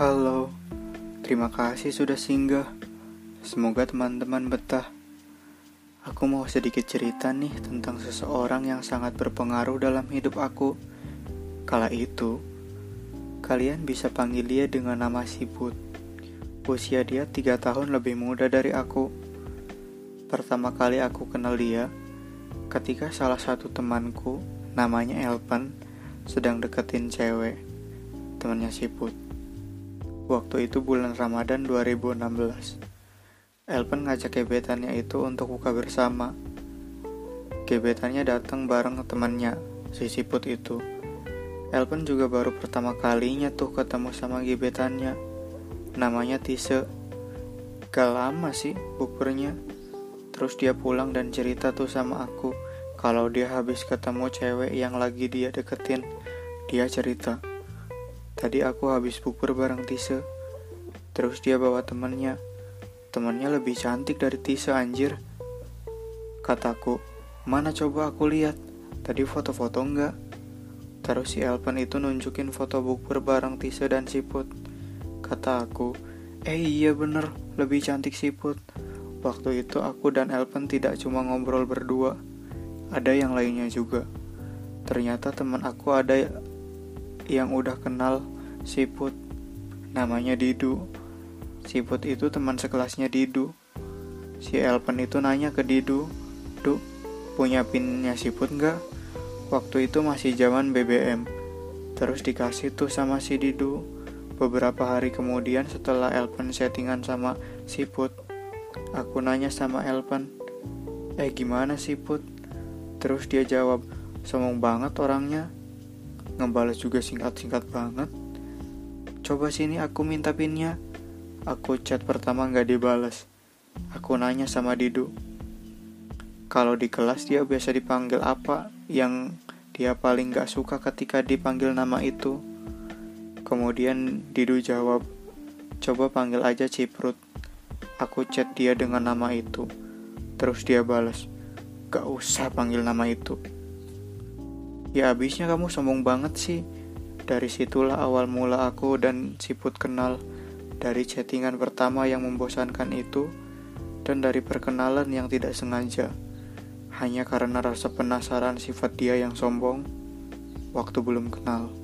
Halo, terima kasih sudah singgah. Semoga teman-teman betah. Aku mau sedikit cerita nih tentang seseorang yang sangat berpengaruh dalam hidup aku. Kala itu, kalian bisa panggil dia dengan nama Siput. Usia dia 3 tahun lebih muda dari aku. Pertama kali aku kenal dia, ketika salah satu temanku, namanya Elpen, sedang deketin cewek, temannya Siput. Waktu itu bulan Ramadan 2016. Elpen ngajak gebetannya itu untuk buka bersama. Gebetannya datang bareng temannya, si Siput itu. Elpen juga baru pertama kalinya tuh ketemu sama gebetannya. Namanya Tise. Gak lama sih bukurnya. Terus dia pulang dan cerita tuh sama aku kalau dia habis ketemu cewek yang lagi dia deketin. Dia cerita, tadi aku habis bubur bareng Tise. Terus dia bawa temannya. Temannya lebih cantik dari Tise anjir. Kataku, mana coba aku lihat. Tadi foto-foto enggak? Terus si Elpen itu nunjukin foto bubur bareng Tise dan Siput. Kata aku, iya bener, lebih cantik Siput. Waktu itu aku dan Elpen tidak cuma ngobrol berdua. Ada yang lainnya juga. Ternyata teman aku ada yang udah kenal Siput. Namanya Didu. Siput itu teman sekelasnya Didu. Si Elpen itu nanya ke Didu, "Du, punya pinnya Siput nggak?" Waktu itu masih zaman BBM. Terus dikasih tuh sama si Didu. Beberapa hari kemudian setelah Elpen settingan sama Siput, aku nanya sama Elpen, gimana Siput? Terus dia jawab, sombong banget orangnya. Ngebales juga singkat-singkat banget. Coba sini aku minta pinnya. Aku chat pertama gak dibales. Aku nanya sama Didu, kalau di kelas dia biasa dipanggil apa yang dia paling gak suka ketika dipanggil nama itu. Kemudian Didu jawab, coba panggil aja Ciprut. Aku chat dia dengan nama itu. Terus dia balas, gak usah panggil nama itu. Ya abisnya kamu sombong banget sih. Dari situlah awal mula aku dan Siput kenal. Dari chattingan pertama yang membosankan itu, dan dari perkenalan yang tidak sengaja, hanya karena rasa penasaran sifat dia yang sombong waktu belum kenal.